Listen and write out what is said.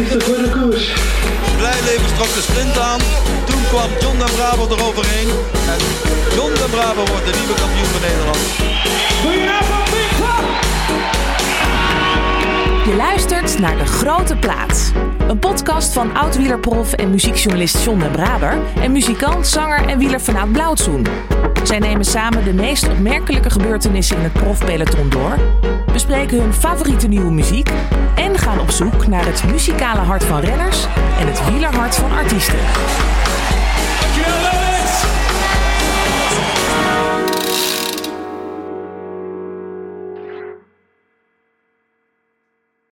Meester voor de koers. Blijlevens trok de sprint aan. Toen kwam John den Braber eroverheen. En John den Braber wordt de nieuwe kampioen van Nederland. Je luistert naar De Grote Plaats. Een podcast van oud-wielerprof en muziekjournalist John den Braber en muzikant, zanger en wielerfanaat Blauwtsoen. Zij nemen samen de meest opmerkelijke gebeurtenissen in het profpeloton door, bespreken hun favoriete nieuwe muziek en gaan op zoek naar het muzikale hart van renners en het wielerhart van artiesten.